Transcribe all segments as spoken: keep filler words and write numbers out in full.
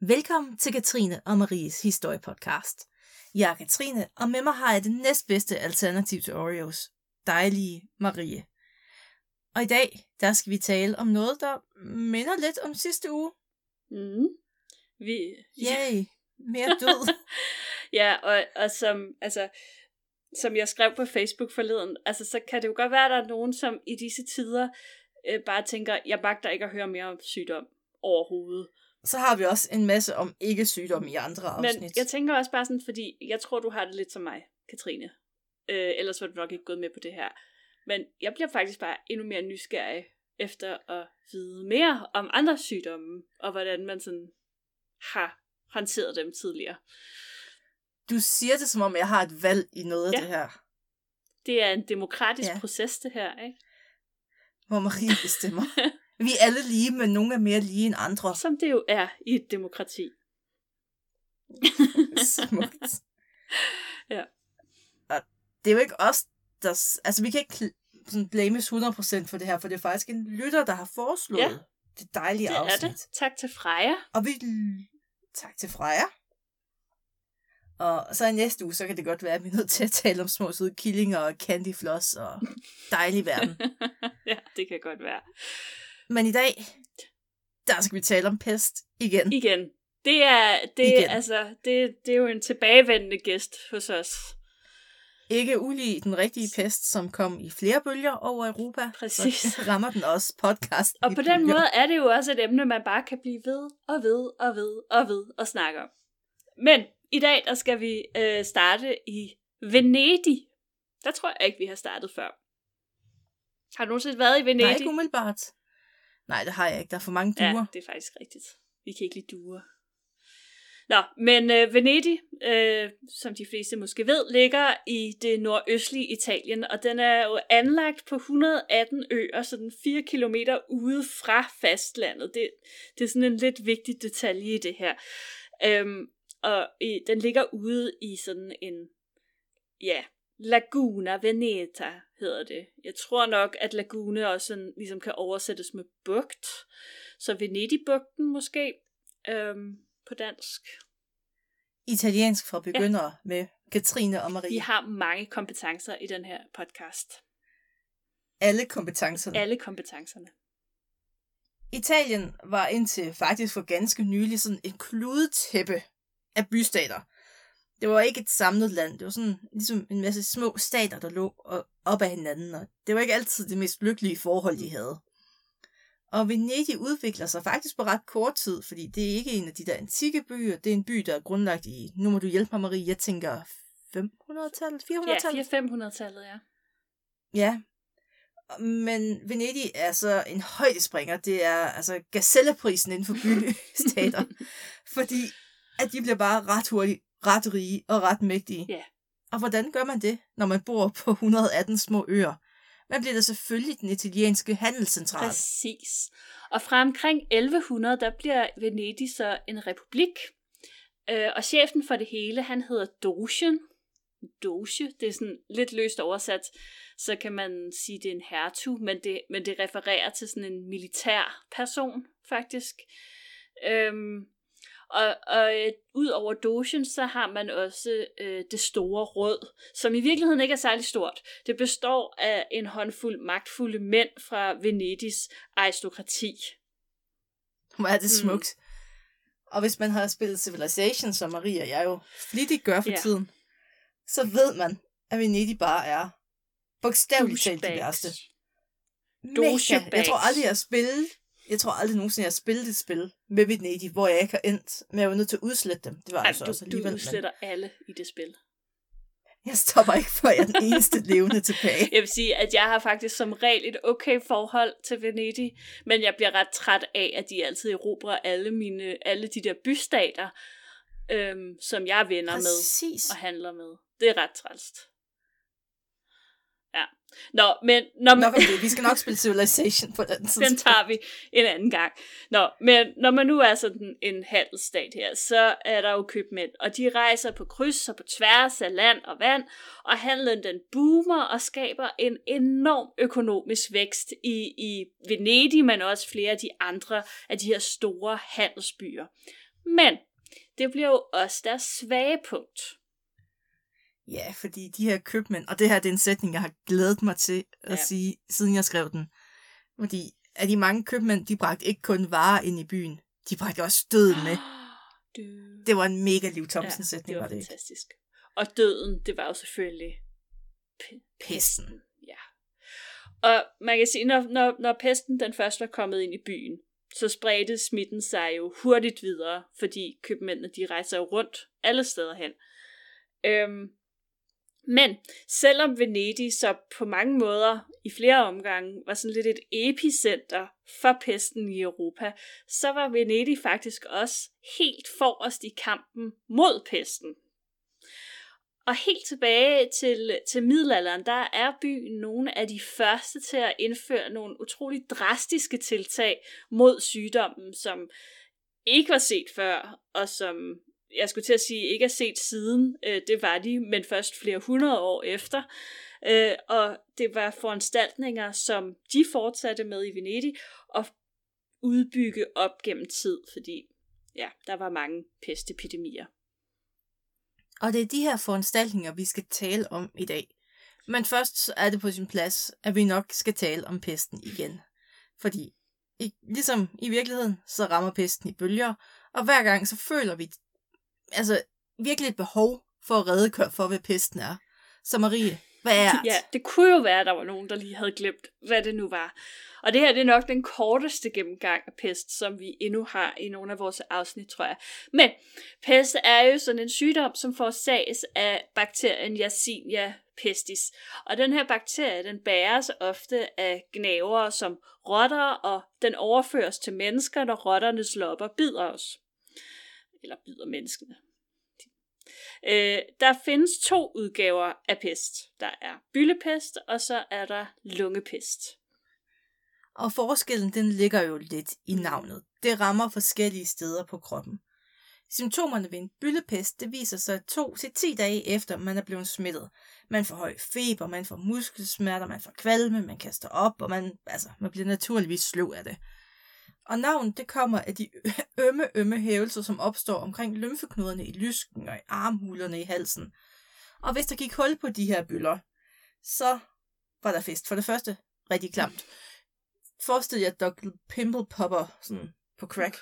Velkommen til Katrine og Maries historiepodcast. Jeg er Katrine, og med mig har jeg det næstbedste alternativ til Oreos. Dejlige Marie. Og i dag, der skal vi tale om noget, der minder lidt om sidste uge. Mm. Vi... Yay, mere død. ja, og, og som, altså, som jeg skrev på Facebook forleden, altså, så kan det jo godt være, at der er nogen, som i disse tider øh, bare tænker, jeg magter ikke at høre mere om sygdom overhovedet. Så har vi også en masse om ikke-sygdom i andre afsnit. Men jeg tænker også bare sådan, fordi jeg tror, du har det lidt som mig, Katrine. Øh, ellers var du nok ikke gået med på det her. Men jeg bliver faktisk bare endnu mere nysgerrig efter at vide mere om andre sygdomme, og hvordan man sådan har håndteret dem tidligere. Du siger det, som om jeg har et valg i noget ja. af det her. Det er en demokratisk ja. proces, det her, ikke? Hvor Marie bestemmer. Vi er alle lige, men nogle er mere lige end andre. Som det jo er i et demokrati. Smukt. Ja. Og det er jo ikke os, der... Altså, vi kan ikke sådan blames hundrede procent for det her, for det er faktisk en lytter, der har foreslået ja. det dejlige det afsnit. Det er det. Tak til Freja. Og vi... Tak til Freja. Og så i næste uge, så kan det godt være, at vi er nødt til at tale om små søde killinger og candyfloss og dejlig verden. ja, det kan godt være. Men i dag, der skal vi tale om pest igen. Igen. Det er, det, igen. Altså, det, det er jo en tilbagevendende gæst hos os. Ikke ulig den rigtige pest, som kom i flere bølger over Europa. Præcis. Så rammer den også podcast. Og på den bølger. Måde er det jo også et emne, man bare kan blive ved og ved og ved og ved og snakke om. Men i dag, der skal vi øh, starte i Venedig. Der tror jeg ikke, vi har startet før. Har du nogensinde været i Venedig? Nej, ikke umiddelbart. Nej, det har jeg ikke. Der er for mange duer. Ja, det er faktisk rigtigt. Vi kan ikke lide duer. Nå, men øh, Venedig, øh, som de fleste måske ved, ligger i det nordøstlige Italien, og den er jo anlagt på et hundrede og atten øer, så den fire kilometer ude fra fastlandet. Det, det er sådan en lidt vigtig detalje i det her. Øhm, og i, den ligger ude i sådan en, ja, Laguna Veneta hedder det. Jeg tror nok, at lagune også sådan, ligesom kan oversættes med bugt. Så Venedig-bugten måske øhm, på dansk. Italiensk for begyndere ja. Med Katrine og Marie. Vi har mange kompetencer i den her podcast. Alle kompetencerne. Alle kompetencerne. Italien var indtil faktisk for ganske nylig sådan et kludetæppe af bystater. Det var ikke et samlet land. Det var sådan ligesom en masse små stater, der lå op ad hinanden. Og det var ikke altid det mest lykkelige forhold, de havde. Og Venedig udvikler sig faktisk på ret kort tid, fordi det er ikke en af de der antikke byer. Det er en by, der er grundlagt i, nu må du hjælpe mig, Marie, jeg tænker fem hundrede-tallet, fire hundrede-tallet? Ja, fire fem hundrede-tallet, ja. Ja, men Venedig er så en højdespringer. Det er altså gazelleprisen inden for bystater, fordi at de bliver bare ret hurtigt ret rige og ret mægtige. Yeah. Og hvordan gør man det, når man bor på et hundrede og atten små øer? Man bliver da selvfølgelig den italienske handelscentral. Præcis. Og fra omkring elleve hundrede, der bliver Venedig så en republik. Øh, og chefen for det hele, han hedder Dogen. Doge, det er sådan lidt løst oversat, så kan man sige, det er en hertug, men det, men det refererer til sådan en militær person, faktisk. Øhm, Og, og øh, ud over Dogen, så har man også øh, det store råd, som i virkeligheden ikke er særlig stort. Det består af en håndfuld magtfulde mænd fra Venedigs aristokrati. Hvor er det smukt. Mm. Og hvis man har spillet Civilization, som Marie og jeg jo flittigt gør for yeah. tiden, så ved man, at Venedig bare er bogstaveligt talt det værste. Mega. Jeg tror aldrig, jeg har spillet Jeg tror aldrig nogensinde, jeg har spillet et spil med Venedig, hvor jeg ikke har endt med at være nødt til at udslette dem. Det var Ej, altså du, også alligevel. Du udsletter men... alle i det spil. Jeg stopper ikke, før jeg er den eneste levende tilbage. Jeg vil sige, at jeg har faktisk som regel et okay forhold til Venedig, men jeg bliver ret træt af, at de altid erobrer alle, mine, alle de der bystater, øhm, som jeg er venner Præcis. med og handler med. Det er ret trælst. Ja. Nå, men... Når man... Nok om det. Vi skal nok spille Civilization på den tid. Den tager vi en anden gang. Nå, men når man nu er sådan en handelsstat her, så er der jo købmænd, og de rejser på kryds og på tværs af land og vand, og handlen den boomer og skaber en enorm økonomisk vækst i, i Venedig, men også flere af de andre af de her store handelsbyer. Men det bliver jo også deres svage punkt. Ja, fordi de her købmænd, og det her det er en sætning, jeg har glædet mig til at ja. sige, siden jeg skrev den. Fordi at de mange købmænd, de bragte ikke kun varer ind i byen, de bragte også døden med. Det var en mega Liv Thomsen-sætning, ja, det var, var det fantastisk. Ikke? Og døden, det var jo selvfølgelig p- pesten. Ja. Og man kan sige, når, når, når pesten den først var kommet ind i byen, så spredte smitten sig jo hurtigt videre, fordi købmændene, de rejser jo rundt alle steder hen. Øhm, men selvom Venedig så på mange måder i flere omgange var sådan lidt et epicenter for pesten i Europa, så var Venedig faktisk også helt forrest i kampen mod pesten. Og helt tilbage til, til middelalderen, der er byen nogle af de første til at indføre nogle utrolig drastiske tiltag mod sygdommen, som ikke var set før, og som jeg skulle til at sige ikke er set siden. Det var de, men først flere hundrede år efter. Og det var foranstaltninger, som de fortsatte med i Venedig, og udbygge op gennem tid, fordi ja, der var mange pestepidemier. Og det er de her foranstaltninger, vi skal tale om i dag. Men først er det på sin plads, at vi nok skal tale om pesten igen. Fordi, i, ligesom i virkeligheden, så rammer pesten i bølger, og hver gang så føler vi altså virkelig et behov for at redegøre for, hvad pesten er. Så Marie, hvad er det? Ja, det kunne jo være, at der var nogen, der lige havde glemt, hvad det nu var. Og det her det er nok den korteste gennemgang af pest, som vi endnu har i nogle af vores afsnit, tror jeg. Men pest er jo sådan en sygdom, som forårsages af bakterien Yersinia pestis. Og den her bakterie, den bæres ofte af gnavere som rotter, og den overføres til mennesker, når rotterne slår op og bider os. Eller bider menneskene. Øh, der findes to udgaver af pest. Der er byllepest, og så er der lungepest. Og forskellen, den ligger jo lidt i navnet. Det rammer forskellige steder på kroppen. Symptomerne ved en byllepest, det viser sig to til ti dage efter, man er blevet smittet. Man får høj feber, man får muskelsmerter, man får kvalme, man kaster op, og man, altså, man bliver naturligvis sløv af det. Og navnet, det kommer af de ømme, ømme hævelser, som opstår omkring lymfeknuderne i lysken og i armhulerne i halsen. Og hvis der gik hul på de her bylder, så var der fest. For det første, rigtig klamt. Forestil jer doktor Pimple Popper sådan på crack.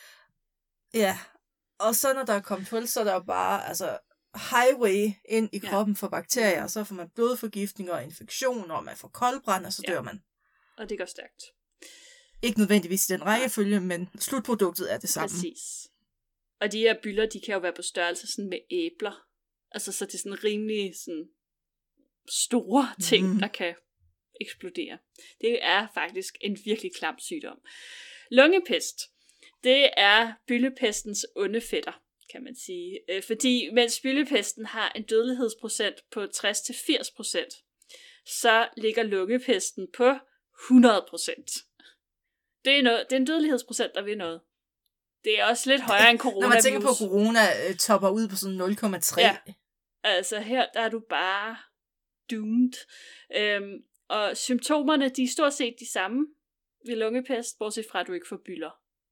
Ja, og så når der er kommet hul, så er der jo bare altså, highway ind i kroppen ja. For bakterier, og så får man blodforgiftninger og infektioner, og man får koldbrand, og så dør ja. Man. Og det går stærkt. Ikke nødvendigvis i den rækkefølge, men slutproduktet er det samme. Præcis. Og de her bylder, de kan jo være på størrelse sådan med æbler. Altså så det er sådan rimelig sådan store ting, mm. der kan eksplodere. Det er faktisk en virkelig klam sygdom. Lungepest, det er byllepestens onde fætter, kan man sige. Fordi mens byllepesten har en dødelighedsprocent på tres til firs procent, så ligger lungepesten på hundrede procent. Det er, noget, det er en dødelighedsprocent, der vil noget. Det er også lidt højere end coronavirus. Når man tænker på, at corona øh, topper ud på sådan nul komma tre. Ja, altså her der er du bare doomed. Øhm, og symptomerne, de er stort set de samme ved lungepest, bortset fra, at du ikke får bylder.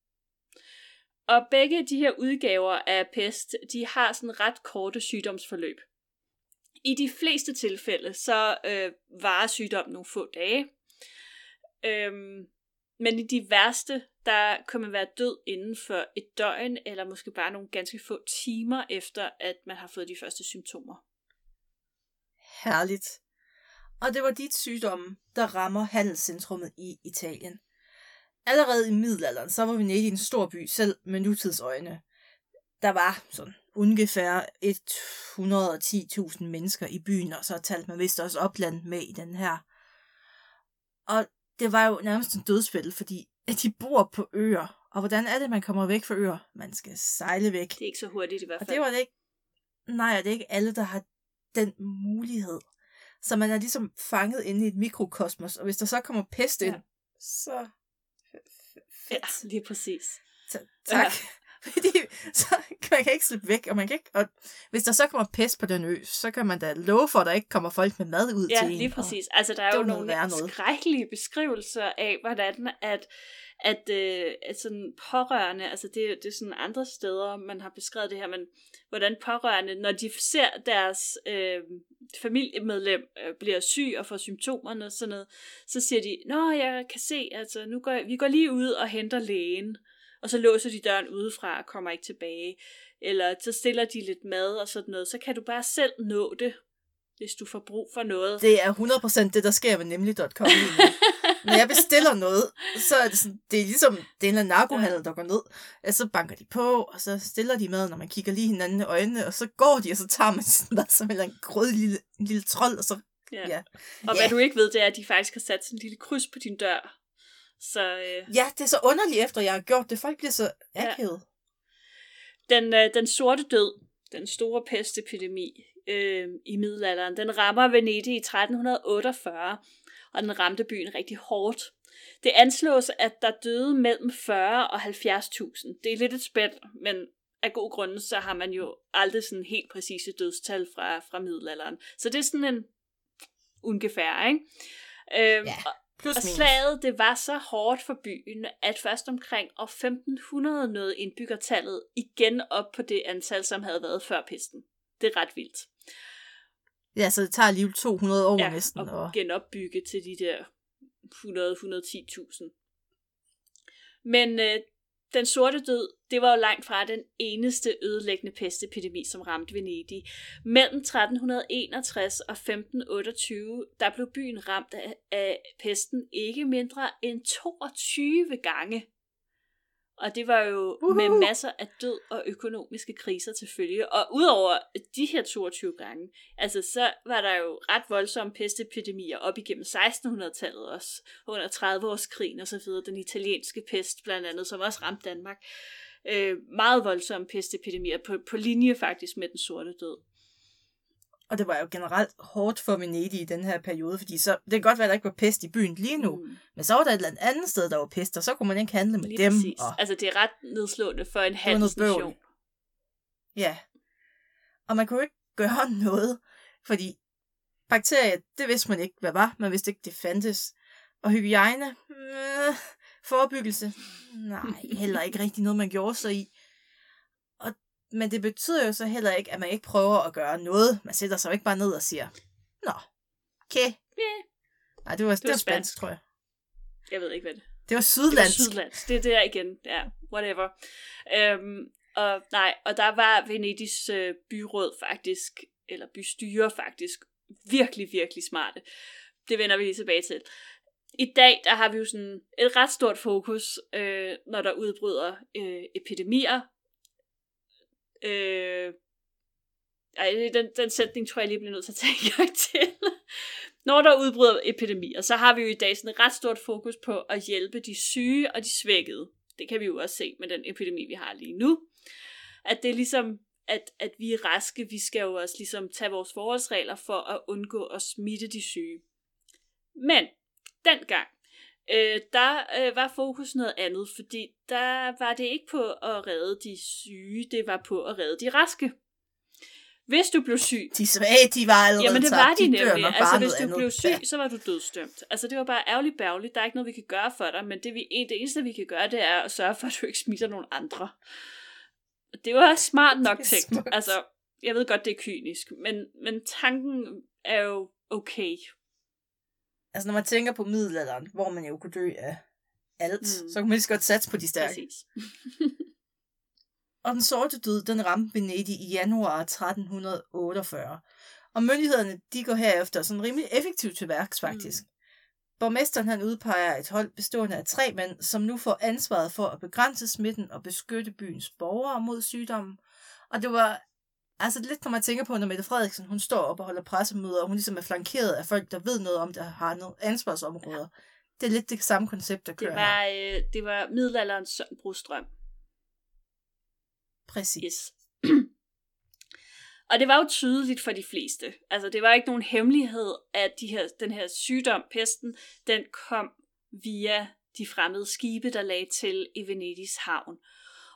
Og begge de her udgaver af pest, de har sådan ret korte sygdomsforløb. I de fleste tilfælde, så øh, varer sygdommen nogle få dage. Øhm, Men i de værste, der kan man være død inden for et døgn, eller måske bare nogle ganske få timer efter, at man har fået de første symptomer. Herligt. Og det var dit sygdomme, der rammer handelscentrummet i Italien. Allerede i middelalderen, så var Venedig en stor by, selv med nutidsøjne. Der var sådan ungefær et hundrede og ti tusind mennesker i byen, og så talte man vist også opland med i den her. Og det var jo nærmest en dødsfælde, fordi de bor på øer. Og hvordan er det, man kommer væk fra øer? Man skal sejle væk. Det er ikke så hurtigt i hvert fald. Og det var det ikke. Nej, det er ikke alle, der har den mulighed. Så man er ligesom fanget inde i et mikrokosmos. Og hvis der så kommer pest ind, ja. så... Ja, lige præcis. Ta- tak. Ja. Fordi så, man kan ikke slippe væk, og man kan ikke... Og hvis der så kommer pest på den ø, så kan man da love for, at der ikke kommer folk med mad ud ja, til en. Ja, lige præcis. Altså, der er jo nogle skrækkelige beskrivelser af, hvordan at, at, øh, at sådan pårørende, altså det, det er sådan andre steder, man har beskrevet det her, men hvordan pårørende, når de ser deres øh, familiemedlem øh, bliver syg og får symptomerne og sådan noget, så siger de, nå, jeg kan se, altså nu går, vi går lige ud og henter lægen, og så låser de døren udefra og kommer ikke tilbage. Eller så stiller de lidt mad og sådan noget. Så kan du bare selv nå det, hvis du får brug for noget. Det er hundrede procent det, der sker ved nemlig punktum com. Når jeg bestiller noget, så er det sådan, det er ligesom, det er en narkohandel, der går ned. Og så banker de på, og så stiller de mad, når man kigger lige hinanden i øjnene, og så går de, og så tager man sådan mad som en grød lille, en lille trold, og så... Ja. Ja. Og ja. hvad du ikke ved, det er, at de faktisk har sat sådan en lille kryds på din dør. Så, øh... ja, det er så underligt, efter jeg har gjort det. Folk bliver så akavet. Ja. Den, øh, den sorte død, den store pestepidemi øh, i middelalderen, den rammer Venedig i tretten otteogfyrre, og den ramte byen rigtig hårdt. Det anslås, at der døde mellem fyrre og halvfjerds tusind. Det er lidt et spænd, men af god grunde, så har man jo aldrig sådan helt præcise dødstal fra, fra middelalderen. Så det er sådan en ungefær, ikke? Øh, ja. Og slaget, det var så hårdt for byen, at først omkring år femten hundrede nåede indbyggertallet igen op på det antal, som havde været før pesten. Det er ret vildt. Ja, så det tager alligevel to hundrede år ja, næsten. Og og genopbygge til de der hundrede til hundrede og ti tusind. Men øh, den sorte død, det var jo langt fra den eneste ødelæggende pestepidemi, som ramte Venedig. Mellem tretten enogtres og femten otteogtyve, der blev byen ramt af, af pesten ikke mindre end toogtyve gange. Og det var jo uh-huh. med masser af død og økonomiske kriser til følge. Og udover de her toogtyve gange, altså så var der jo ret voldsomme pestepidemier op igennem sekstenhundredetallet også, under tredive-årskrigen og så videre, den italienske pest blandt andet, som også ramte Danmark. Øh, meget voldsomme pestepidemier på, på linje faktisk med den sorte død. Og det var jo generelt hårdt for Venedig i den her periode, fordi så, det kan godt være, at der ikke var pest i byen lige nu, mm. men så var der et eller andet sted, der var pest, og så kunne man ikke handle med lige dem. Og altså det er ret nedslående for en handelsnation. Ja. Og man kunne jo ikke gøre noget, fordi bakterier, det vidste man ikke, hvad var, man vidste ikke, det fandtes. Og hygiejne, øh, forebyggelse, nej, heller ikke rigtig noget, man gjorde sig i. Men det betyder jo så heller ikke, at man ikke prøver at gøre noget. Man sætter sig jo ikke bare ned og siger, nå, okay. Yeah. Nej, det var, det, det var spansk, spansk, tror jeg. Jeg ved ikke, hvad det Det var sydlandsk. Det var sydlandsk. Det er der igen. Ja, whatever. Øhm, og nej, og der var Venedigs øh, byråd faktisk, eller bystyre faktisk, virkelig, virkelig smarte. Det vender vi lige tilbage til. I dag, der har vi jo sådan et ret stort fokus, øh, når der udbryder øh, epidemier. Øh, ej, den, den sætning tror jeg lige bliver nødt til at tage en gang til. Når der udbryder epidemier, så har vi jo i dag sådan et ret stort fokus på at hjælpe de syge og de svækkede. Det kan vi jo også se med den epidemi, vi har lige nu. At det er ligesom, at, at vi er raske, vi skal jo også ligesom tage vores forholdsregler for at undgå at smitte de syge. Men dengang, Øh, der øh, var fokus noget andet, fordi der var det ikke på at redde de syge, det var på at redde de raske. Hvis du blev syg... De svage, de var allerede Jamen det var de, de nemlig. Altså hvis du andet. blev syg, så var du dødsdømt. Altså det var bare ærgerligt bærgerligt, der er ikke noget, vi kan gøre for dig, men det, vi, det eneste, vi kan gøre, det er at sørge for, at du ikke smitter nogen andre. Det var smart nok tænkt. Altså, jeg ved godt, det er kynisk, men, men tanken er jo okay. Altså når man tænker på middelalderen, hvor man jo kunne dø af alt, mm. så kunne man lige så godt satse på de stærke. Præcis. Og den sorte død, den ramte Venedig i januar tretten otteogfyrre. Og myndighederne, de går herefter sådan rimelig effektivt til værks faktisk. Mm. Borgmesteren han udpeger et hold bestående af tre mænd, som nu får ansvaret for at begrænse smitten og beskytte byens borgere mod sygdommen. Og det var altså lidt, når man tænker på, når Mette Frederiksen, hun står op og holder pressemøder, og hun ligesom er flankeret af folk, der ved noget om, der har noget ansvarsområder. Ja. Det er lidt det samme koncept, der kører det var, øh, det var middelalderens Søren Brostrøm. Præcis. Yes. Og det var jo tydeligt for de fleste. Altså, det var ikke nogen hemmelighed, at de her, den her sygdom, pesten, den kom via de fremmede skibe, der lagde til i Venedigs havn.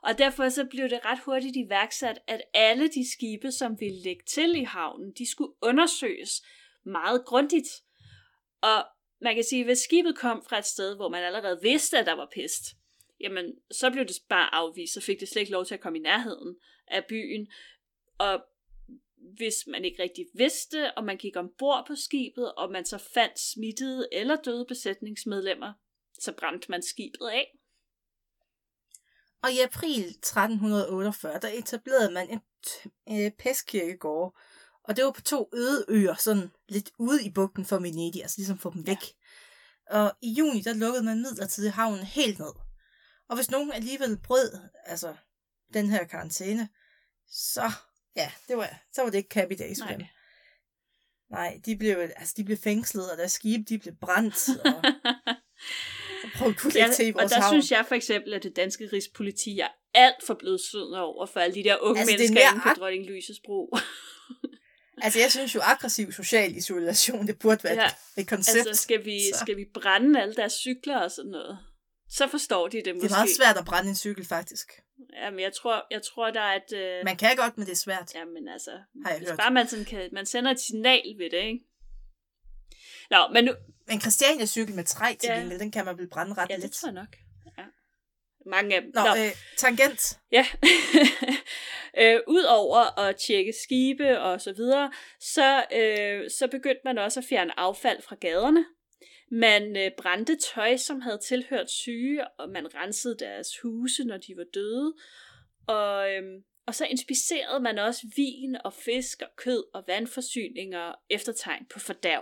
Og derfor så blev det ret hurtigt iværksat, at alle de skibe, som ville lægge til i havnen, de skulle undersøges meget grundigt. Og man kan sige, at hvis skibet kom fra et sted, hvor man allerede vidste, at der var pest, jamen så blev det bare afvist, så fik det slet ikke lov til at komme i nærheden af byen. Og hvis man ikke rigtig vidste, og man gik ombord på skibet, og man så fandt smittede eller døde besætningsmedlemmer, så brændte man skibet af. Og i april tretten otteogfyrre, der etablerede man en øh, pestkirkegård, og det var på to øde øer, sådan lidt ude i bugten for Venedig, altså ligesom få dem væk. Ja. Og i juni, der lukkede man midlertidigt havnen helt ned. Og hvis nogen alligevel brød, altså den her karantæne, så, ja, det var, så var det ikke happy days for dem. Nej, de blev, altså, de blev fængslet, og deres skibe, de blev brændt, og prøv at kunne lægge til i vores og der havn. Synes jeg for eksempel, at det danske rigspoliti er alt for blevet sød over for alle de der unge altså, mennesker inde på ak- Dronning Louises Bro. Altså, jeg synes jo, aggressiv social isolation, det burde være ja. et koncept. Altså, skal vi, skal vi brænde alle deres cykler og sådan noget? Så forstår de det måske. Det er meget svært at brænde en cykel, faktisk. Jamen, jeg tror, jeg tror der er et... Øh... Man kan godt, men det er svært. Jamen, altså... Hvis bare man, sådan kan, man sender et signal ved det, ikke? Nå, men nu... Men Christianias cykel med træ til ja. den, den kan man vel brænde ret ja, lidt. Ja, det tror jeg nok. Ja. Mange af dem. Nå, Nå. Øh, tangent. Ja. øh, Udover at tjekke skibe og så videre, så, øh, så begyndte man også at fjerne affald fra gaderne. Man øh, brændte tøj, som havde tilhørt syge, og man rensede deres huse, når de var døde. Og, øh, og så inspicerede man også vin og fisk og kød og vandforsyninger efter tegn på fordærv.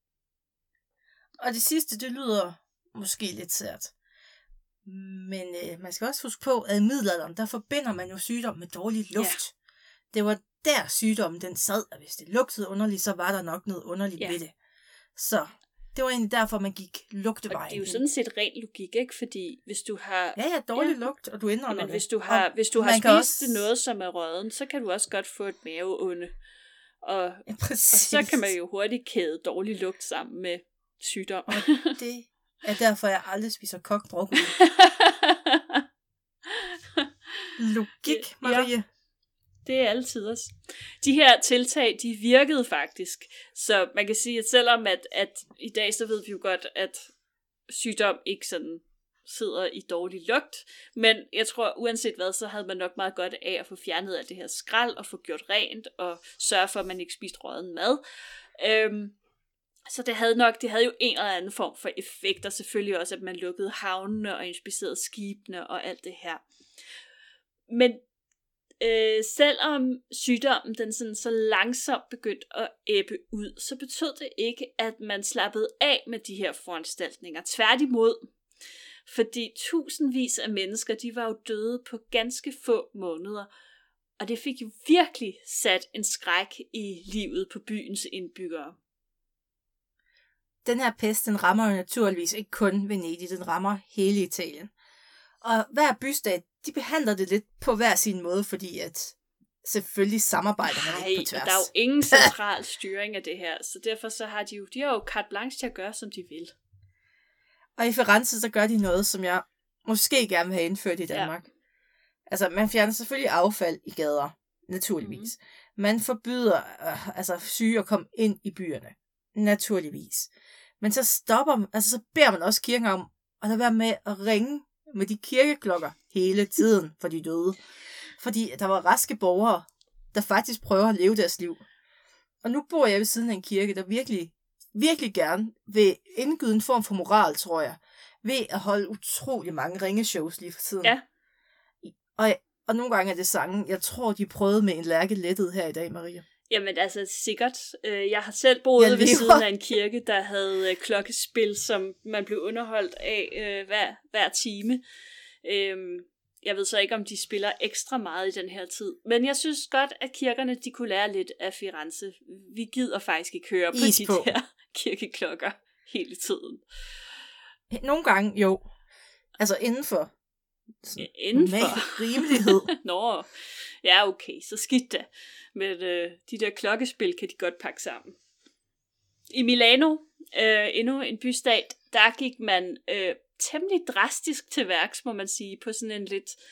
Og det sidste, det lyder måske lidt sært. Men øh, man skal også huske på, at i middelalderen, der forbinder man jo sygdom med dårlig luft. Ja. Det var der sygdommen den sad, og hvis det lugtede underligt, så var der nok noget underligt ja. ved det. Så det var egentlig derfor, man gik lugtevejen. Og det er jo sådan set ren logik, ikke? Fordi hvis du har... Ja, ja, dårlig ja. lugt, og du indånder men det. hvis du har, hvis du har spist også... noget, som er rødden, så kan du også godt få et maveonde. Og, ja, og så kan man jo hurtigt kæde dårlig lugt sammen med sygdom. Og det er derfor, jeg aldrig spiser kogt broccoli. Logik, Marie. Ja, det er altid også. De her tiltag, de virkede faktisk. Så man kan sige, at selvom at, at i dag, så ved vi jo godt, at sygdom ikke sådan sidder i dårlig lugt. Men jeg tror, uanset hvad, så havde man nok meget godt af at få fjernet af det her skrald, og få gjort rent, og sørge for, at man ikke spiste rådden mad. Øhm, Så det havde nok, det havde jo en eller anden form for effekt, og selvfølgelig også, at man lukkede havnene og inspicerede skibene og alt det her. Men øh, selvom sygdommen den sådan så langsomt begyndte at ebbe ud, så betød det ikke, at man slappede af med de her foranstaltninger. Tværtimod, fordi tusindvis af mennesker, de var jo døde på ganske få måneder, og det fik jo virkelig sat en skræk i livet på byens indbyggere. Den her pest, den rammer jo naturligvis ikke kun Venedig, den rammer hele Italien. Og hver bystat, de behandler det lidt på hver sin måde, fordi at selvfølgelig samarbejder man ikke på tværs. Der er jo ingen central styring af det her, så derfor så har de jo, de har jo carte blanche til at gøre, som de vil. Og i Firenze, så gør de noget, som jeg måske gerne vil have indført i Danmark. Ja. Altså, man fjerner selvfølgelig affald i gader, naturligvis. Mm-hmm. Man forbyder øh, altså syge at komme ind i byerne, naturligvis. Men så stopper, altså så beder man også kirken om at lade være med at ringe med de kirkeklokker hele tiden for de døde. Fordi der var raske borgere, der faktisk prøver at leve deres liv. Og nu bor jeg ved siden af en kirke, der virkelig, virkelig gerne vil indgyde en form for moral, tror jeg, ved at holde utrolig mange ringeshows lige for tiden. Ja. Og, og nogle gange er det sange, jeg tror, de prøvede med en lærke lettet her i dag, Maria. Jamen altså sikkert. Jeg har selv boet ved siden af en kirke, der havde klokkespil, som man blev underholdt af øh, hver, hver time. Øhm, jeg ved så ikke, om de spiller ekstra meget i den her tid. Men jeg synes godt, at kirkerne de kunne lære lidt af Firenze. Vi gider faktisk ikke høre på Is de på. der kirkeklokker hele tiden. Nogle gange, jo. Altså inden for ja, inden for rimelighed. Nå, ja okay, så skidt da. Men øh, de der klokkespil kan de godt pakke sammen. I Milano, øh, endnu en bystat, der gik man øh, temmelig drastisk til værks, må man sige, på sådan en lidt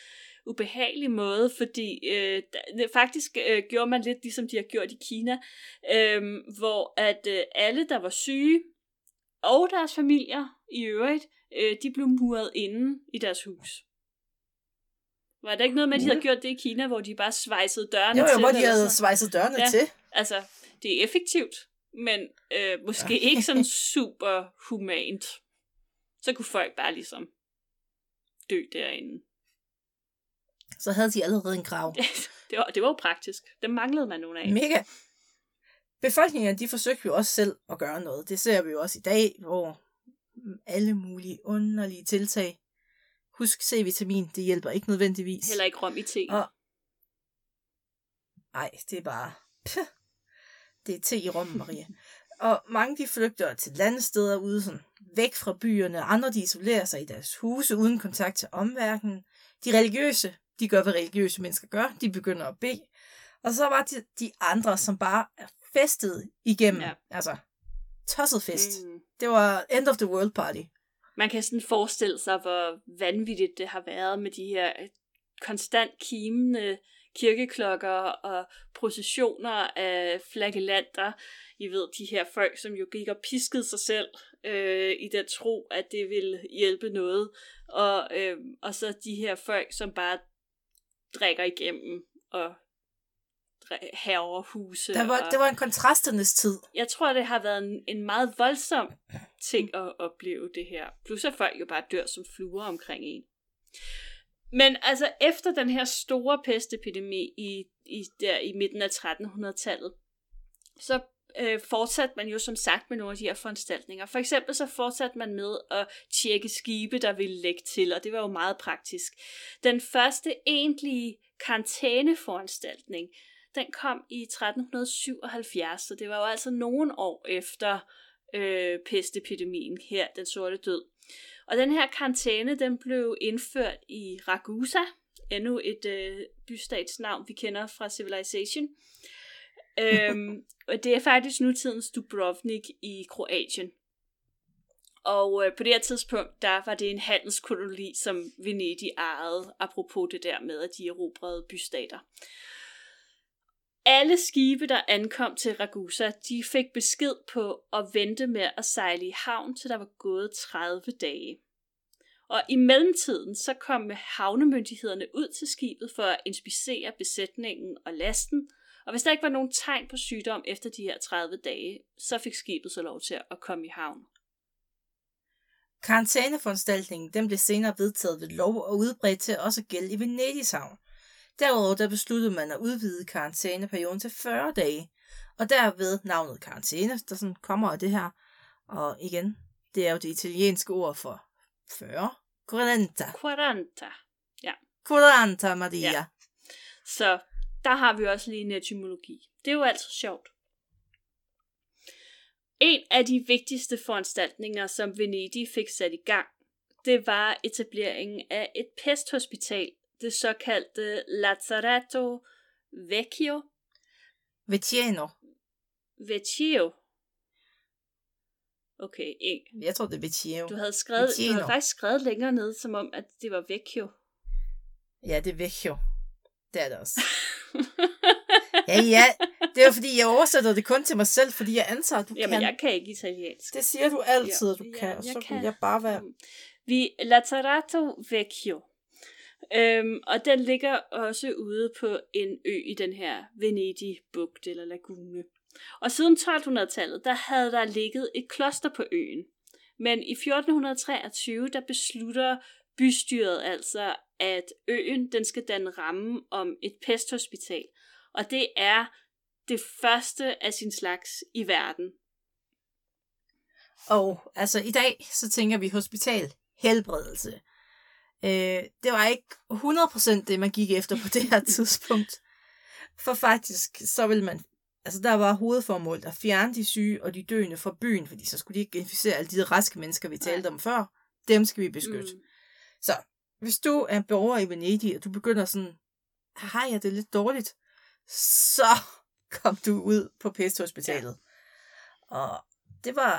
ubehagelig måde, fordi øh, faktisk øh, gjorde man lidt ligesom de har gjort i Kina, øh, hvor at øh, alle, der var syge, og deres familier i øvrigt, øh, de blev muret inde i deres hus. Var der ikke noget med, at de havde gjort det i Kina, hvor de bare svejsede dørene jo, til? Jo, hvor de havde svejset dørene ja, til. Altså, det er effektivt, men øh, måske ja. ikke sådan super humant. Så kunne folk bare ligesom dø derinde. Så havde de allerede en grav. det, var, det var jo praktisk. Dem manglede man nogle af. Mega. Befolkningen, de forsøgte jo også selv at gøre noget. Det ser vi jo også i dag, hvor alle mulige underlige tiltag. Husk C-vitamin, det hjælper ikke nødvendigvis. Heller ikke rom i te. Og... Ej, det er bare... Pff. Det er te i rom, Maria. Og mange de flygter til landesteder ude, sådan væk fra byerne. Andre de isolerer sig i deres huse uden kontakt til omverdenen. De religiøse, de gør, hvad religiøse mennesker gør. De begynder at bede. Og så var det de andre, som bare er festet igennem. Ja. Altså, tosset fest. Mm. Det var end of the world party. Man kan sådan forestille sig, hvor vanvittigt det har været med de her konstant kimende kirkeklokker og processioner af flagellanter. I ved, de her folk, som jo gik og piskede sig selv øh, i den tro, at det ville hjælpe noget. Og, øh, og så de her folk, som bare drikker igennem og hærger huse. Der var, og... det var en kontrasternes tid. Jeg tror, det har været en, en meget voldsom ting at opleve det her. Plus at folk jo bare dør som fluer omkring en. Men altså efter den her store pestepidemi i, i, der, i midten af trettenhundredetallet, så øh, fortsatte man jo som sagt med nogle af de her foranstaltninger. For eksempel så fortsatte man med at tjekke skibe, der ville lægge til, og det var jo meget praktisk. Den første egentlige karantæneforanstaltning, den kom i tretten syvoghalvfjerds, så det var jo altså nogle år efter øh, pestepidemien her, den sorte død. Og den her karantæne, den blev indført i Ragusa, endnu et øh, bystatsnavn, vi kender fra Civilization. øhm, og det er faktisk nutidens Dubrovnik i Kroatien. Og øh, på det her tidspunkt, der var det en handelskoloni, som Venedig ejede, apropos det der med, at de erobrede bystater. Alle skibe, der ankom til Ragusa, de fik besked på at vente med at sejle i havn, til der var gået tredive dage. Og i mellemtiden, så kom havnemyndighederne ud til skibet for at inspicere besætningen og lasten. Og hvis der ikke var nogen tegn på sygdom efter de her tredive dage, så fik skibet så lov til at komme i havn. Karantæneforanstaltningen, den blev senere vedtaget ved lov og udbredt til også at gælde i Venedigs havn. Derudover der besluttede man at udvide karantæneperioden til fyrre dage, og derved navnet karantæne, der sådan kommer af det her. Og igen, det er jo det italienske ord for fyrre. Quaranta. Quaranta, ja. Quaranta, Maria. Ja. Så der har vi også lige en etymologi. Det er jo altid sjovt. En af de vigtigste foranstaltninger, som Venedig fik sat i gang, det var etableringen af et pesthospital, det såkaldte Lazaretto Vecchio. Vecchiano. Vecchio. Okay, ikke. Jeg tror, det er Vecchio. Du havde, skrevet, du havde faktisk skrevet længere ned, som om, at det var Vecchio. Ja, det er Vecchio. Det er det også. ja, ja. Det er jo fordi, jeg oversætter det kun til mig selv, fordi jeg antager, at du Jamen, kan. jeg kan ikke italiensk. Det siger du altid, at du ja, kan, og så kan vil jeg bare være... Vi Lazaretto Vecchio. Øhm, og den ligger også ude på en ø i den her Venedig-bugt eller lagune. Og siden tolvhundredetallet, der havde der ligget et kloster på øen. Men i fjorten treogtyve, der beslutter bystyret altså, at øen den skal danne ramme om et pesthospital. Og det er det første af sin slags i verden. Og altså i dag, så tænker vi hospital, helbredelse. Øh, det var ikke hundrede procent det, man gik efter på det her tidspunkt. For faktisk, så ville man, altså der var hovedformålet at fjerne de syge og de døende fra byen, fordi så skulle de ikke inficere alle de raske mennesker, vi talte om før. Dem skal vi beskytte. Mm. Så hvis du er borger i Venedig, og du begynder sådan, hej, er det lidt dårligt, så kom du ud på pesthospitalet. Ja. Og det var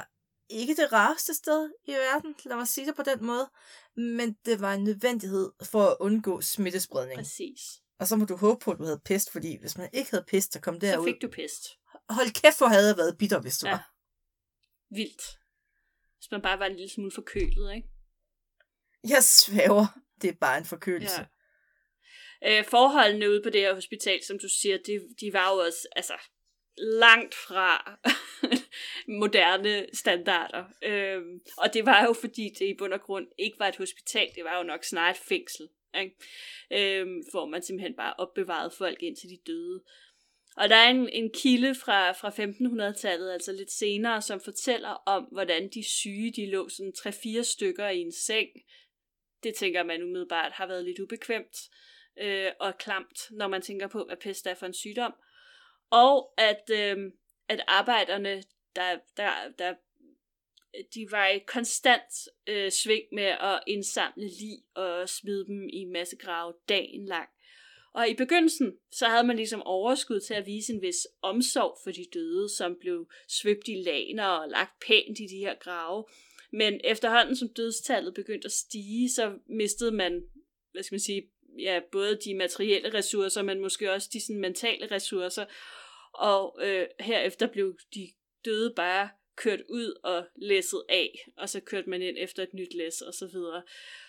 ikke det rareste sted i verden, lad mig sige det på den måde, men det var en nødvendighed for at undgå smittespredning. Præcis. Og så må du håbe på, at du havde pest, fordi hvis man ikke havde pest, så kom derud. Så fik du pest. Hold kæft, hvor havde jeg været bitter, hvis du ja. var. Vildt. Hvis man bare var en lille smule forkølet, ikke? Jeg svæver, det er bare en forkølelse. Ja. Øh, forholdene ude på det her hospital, som du siger, de, de var jo også altså, langt fra moderne standarder. Øhm, og det var jo fordi, det i bund og grund ikke var et hospital, det var jo nok snart et fængsel. Ikke? Øhm, hvor man simpelthen bare opbevarede folk indtil de døde. Og der er en, en kilde fra, fra femtenhundredetallet, altså lidt senere, som fortæller om, hvordan de syge, de lå sådan tre-fire stykker i en seng. Det tænker man umiddelbart har været lidt ubekvemt øh, og klamt, når man tænker på, hvad pest er for en sygdom. Og at, øh, at arbejderne, der, der, der, de var i konstant øh, sving med at indsamle lig og smide dem i massegrave dagen lang. Og i begyndelsen, så havde man ligesom overskud til at vise en vis omsorg for de døde, som blev svøbt i laner og lagt pænt i de her grave. Men efterhånden, som dødstallet begyndte at stige, så mistede man, hvad skal man sige, ja, både de materielle ressourcer, men måske også de sådan, mentale ressourcer. Og øh, herefter blev de døde bare kørt ud og læsset af, og så kørte man ind efter et nyt læs, og så videre.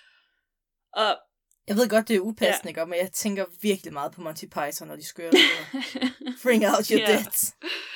Og jeg ved godt, det er upassende, ja. Men jeg tænker virkelig meget på Monty Python, når de skører det. Bring out your ja. dead.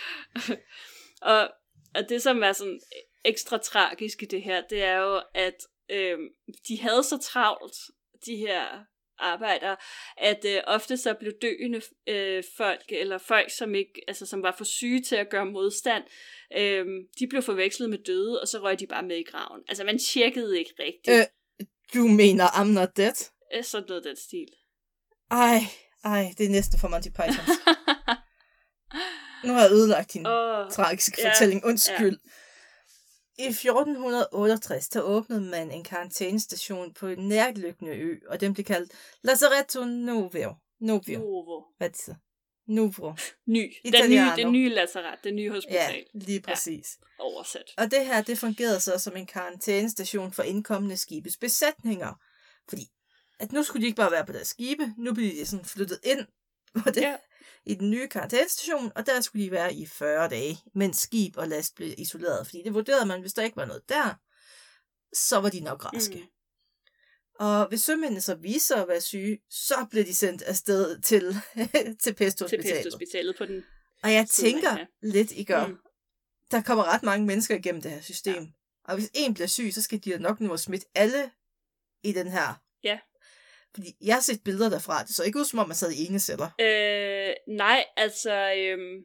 og, og det, som er sådan ekstra tragisk i det her, det er jo, at øh, de havde så travlt, de her arbejdere, at øh, ofte så blev døende øh, folk, eller folk, som ikke, altså som var for syge til at gøre modstand, øh, de blev forvekslet med døde, og så røg de bare med i graven. Altså, man tjekkede ikke rigtigt. Øh, du mener, I'm not dead? Sådan noget den stil. Ej, ej, det er næsten for Monty Python. Nu har jeg ødelagt din oh, tragiske yeah, fortælling. Undskyld. Yeah. I fjorten otteogtres, der åbnede man en karantænestation på en nærliggende ø, og den blev kaldt Lazaretto Novio. Novio. Novo. Hvad det så? Novo. Ny. Den nye, det nye lazaret, det nye hospital. Ja, lige præcis. Ja, oversat. Og det her, det fungerede så som en karantænestation for indkommende skibes besætninger. Fordi at nu skulle de ikke bare være på deres skibe, nu blev de sådan flyttet ind på det, ja. i den nye karantænestation, og der skulle de være i fyrre dage, mens skib og last blev isoleret. Fordi det vurderede man, hvis der ikke var noget der, så var de nok raske. Mm. Og hvis sømændene så viste sig at være syge, så blev de sendt afsted til, til pesthospitalet. Til pesthospitalet på den. Og jeg tænker ja. lidt, I gør, mm. der kommer ret mange mennesker igennem det her system. Ja. Og hvis en bliver syg, så skal de nok nu smitte alle i den her. Ja. Fordi jeg har set billeder derfra, det så ikke ud som om, man sad i ene celler. Øh, nej, altså, øhm,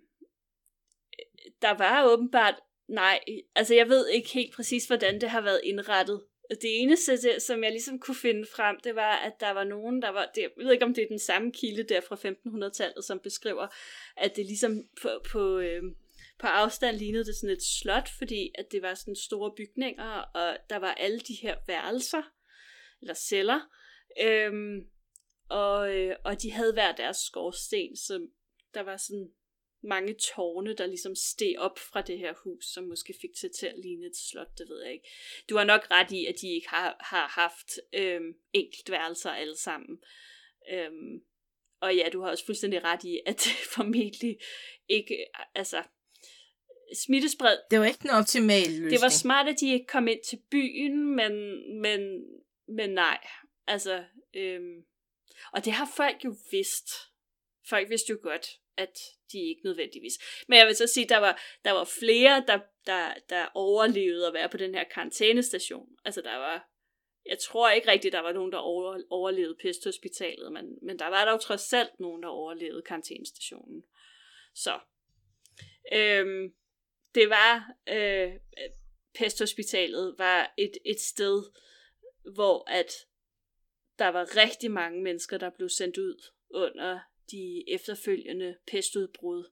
der var åbenbart, nej, altså jeg ved ikke helt præcis, hvordan det har været indrettet. Det eneste, som jeg ligesom kunne finde frem, det var, at der var nogen, der var, det, jeg ved ikke, om det er den samme kilde der fra femtenhundredetallet, som beskriver, at det ligesom på, på, øhm, på afstand lignede det sådan et slot, fordi at det var sådan store bygninger, og der var alle de her værelser, eller celler, Øhm, og, øh, og de havde hver deres skorsten, så der var sådan mange tårne, der ligesom steg op fra det her hus, som måske fik det til at ligne et slot, det ved jeg ikke. Du har nok ret i, at de ikke har, har haft øhm, enkeltværelser alle sammen. Øhm, og ja, du har også fuldstændig ret i, at det formentlig ikke, altså, smittespred. Det var ikke den optimale løsning. Det var smart, at de ikke kom ind til byen, men, men, men nej. Altså, øhm, og det har folk jo vidst. Folk vidste jo godt, at de ikke nødvendigvis. Men jeg vil så sige, der var der var flere, der, der, der overlevede at være på den her karantænestation. Altså, der var, jeg tror ikke rigtigt, der var nogen, der over, overlevede pesthospitalet, men, men der var der jo trods alt nogen, der overlevede karantænestationen. Så, øhm, det var, øh, pesthospitalet var et, et sted, hvor at der var rigtig mange mennesker, der blev sendt ud under de efterfølgende pestudbrud.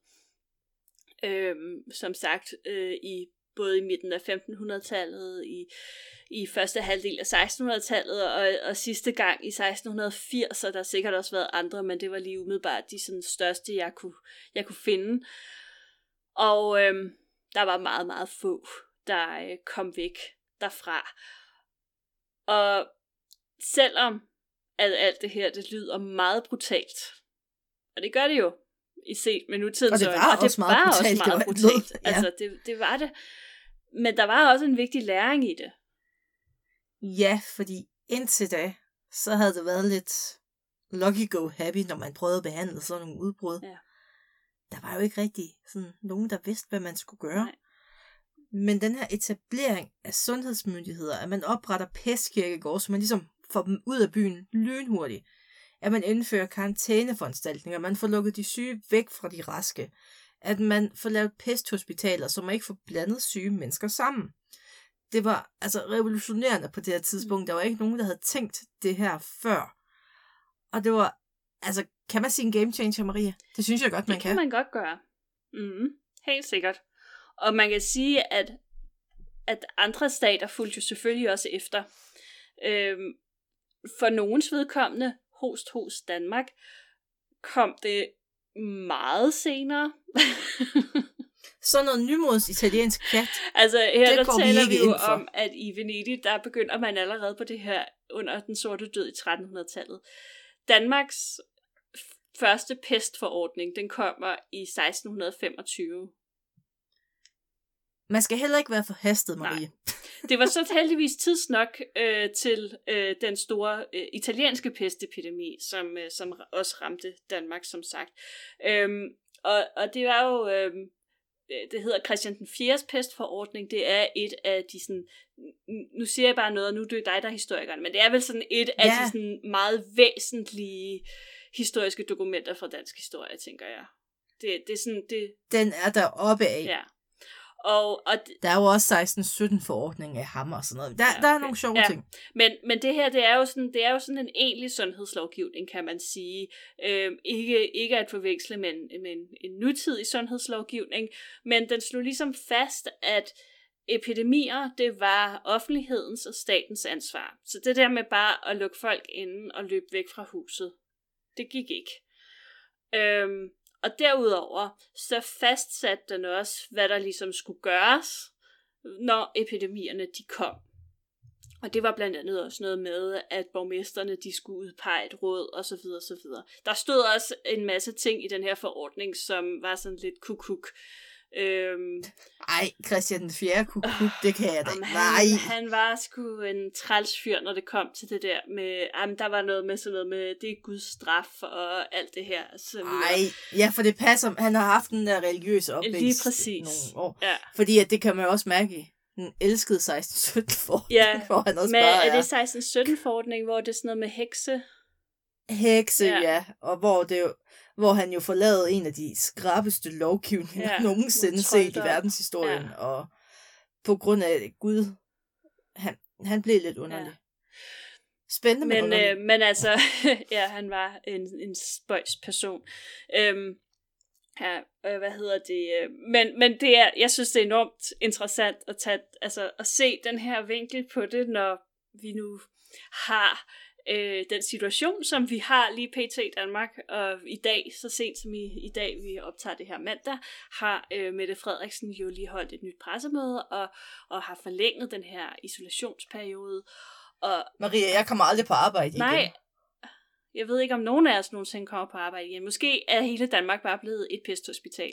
Øhm, som sagt, øh, i både i midten af femtenhundredetallet, i, i første halvdel af sekstenhundredetallet, og, og sidste gang i seksten firs, og der har sikkert også været andre, men det var lige umiddelbart de sådan, største, jeg kunne, jeg kunne finde. Og øhm, der var meget, meget få, der øh, kom væk derfra. Og selvom at alt det her, det lyder meget brutalt, og det gør det jo, i set med nutidens Og det var, øjne, og det også, var meget også brutalt, meget det var brutalt. ja. Altså, det, det var det. Men der var også en vigtig læring i det. Ja, fordi indtil da, så havde det været lidt lucky go happy, når man prøvede at behandle sådan nogle udbrud. Ja. Der var jo ikke rigtig sådan nogen, der vidste, hvad man skulle gøre. Nej. Men den her etablering af sundhedsmyndigheder, at man opretter pestkirkegårde, så man ligesom får dem ud af byen lynhurtigt, at man indfører karantæneforanstaltninger, man får lukket de syge væk fra de raske, at man får lavet pesthospitaler, så man ikke får blandet syge mennesker sammen. Det var altså revolutionerende på det her tidspunkt. Der var ikke nogen, der havde tænkt det her før. Og det var, altså, kan man sige en game changer, Maria? Det synes jeg godt, man det kan. kan man godt gøre. Mm, helt sikkert. Og man kan sige, at, at andre stater fulgte jo selvfølgelig også efter. Øhm, for nogens vedkommende, host, host Danmark, kom det meget senere. Sådan noget nymods italiensk kat. Altså her det der taler vi, vi jo for. om, at i Venedig, der begynder man allerede på det her under den sorte død i trettenhundredetallet. Danmarks første pestforordning, den kommer i seksten femogtyve. Man skal heller ikke være forhastet, Marie. Nej. Det var så heldigvis tidsnok øh, til øh, den store øh, italienske pestepidemi, som, øh, som også ramte Danmark, som sagt. Øhm, og, og det var jo, øh, det hedder Christian den fjerdes pestforordning, det er et af de sådan, nu siger jeg bare noget, og nu er det dig, der er historikeren, men det er vel sådan et af ja. de sådan meget væsentlige historiske dokumenter fra dansk historie, tænker jeg. Det, det er sådan, det... Den er der oppe af. Ja. Og, og d- der er jo også seksten sytten forordning af hammer og sådan noget. Der, ja, okay. der er nogle sjove ja. ting. Men, men det her, det er, jo sådan, det er jo sådan en egentlig sundhedslovgivning, kan man sige. Øhm, ikke, ikke at forveksle med en, med en, en nutidig sundhedslovgivning, men den slog ligesom fast, at epidemier, det var offentlighedens og statens ansvar. Så det der med bare at lukke folk inde og løbe væk fra huset, det gik ikke. Øhm, Og derudover, så fastsatte den også, hvad der ligesom skulle gøres, når epidemierne de kom. Og det var blandt andet også noget med, at borgmesterne de skulle udpege et råd, og så videre, så videre. Der stod også en masse ting i den her forordning, som var sådan lidt kukuk. Øhm, Ej, Christian den fjerde kukuk, øh, det kan jeg da ikke. han, Nej. Han var sgu en træls fyr, når det kom til det der med, jamen, der var noget med sådan noget med, det er Guds straf og alt det her. Nej, ja, for det passer, han har haft den der religiøse opvækst. Lige præcis. Nogle år. Ja. Fordi at det kan man jo også mærke i den elskede seksten sytten forordning, ja, hvor han også men bare er det seksten sytten forordning, hvor det er sådan noget med hekse? Hekse, ja, ja. ja. Og hvor, det jo, hvor han jo forlavede en af de skrappeste lovgivninger, ja, nogensinde set i verdenshistorien. Ja. Og på grund af Gud, han, han blev lidt underlig. Ja. Spændende, men, øh, men altså, ja, han var en, en spøjs person. Øhm, ja, øh, hvad hedder det? Øh, men, men det er, jeg synes, det er enormt interessant at, tage, altså, at se den her vinkel på det, når vi nu har øh, den situation, som vi har lige pt. I Danmark, og i dag, så sent som i, i dag, vi optager det her mandag, har øh, Mette Frederiksen jo lige holdt et nyt pressemøde, og, og har forlænget den her isolationsperiode. Og, Maria, jeg kommer aldrig på arbejde igen. Nej, jeg ved ikke, om nogen af os nogensinde kommer på arbejde igen. Måske er hele Danmark bare blevet et pesthospital.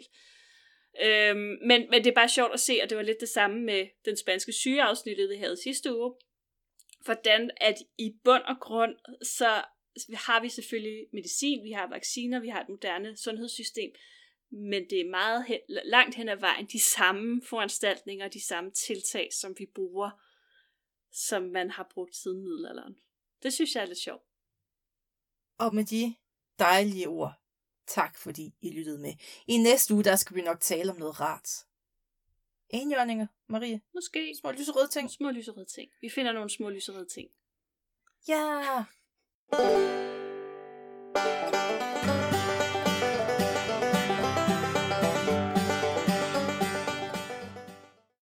Øhm, men, men det er bare sjovt at se, og det var lidt det samme med den spanske sygeafsnittet, vi havde sidste uge. Hvordan at i bund og grund, så har vi selvfølgelig medicin, vi har vacciner, vi har et moderne sundhedssystem, men det er meget hen, langt hen ad vejen de samme foranstaltninger, de samme tiltag, som vi bruger, som man har brugt siden middelalderen. Det synes jeg er lidt sjovt. Og med de dejlige ord, tak fordi I lyttede med. I næste uge, der skal vi nok tale om noget rart. Enhjørninger, Marie? Måske. Små lyserøde ting. Små lyserøde ting. Vi finder nogle små lyserøde ting. Ja.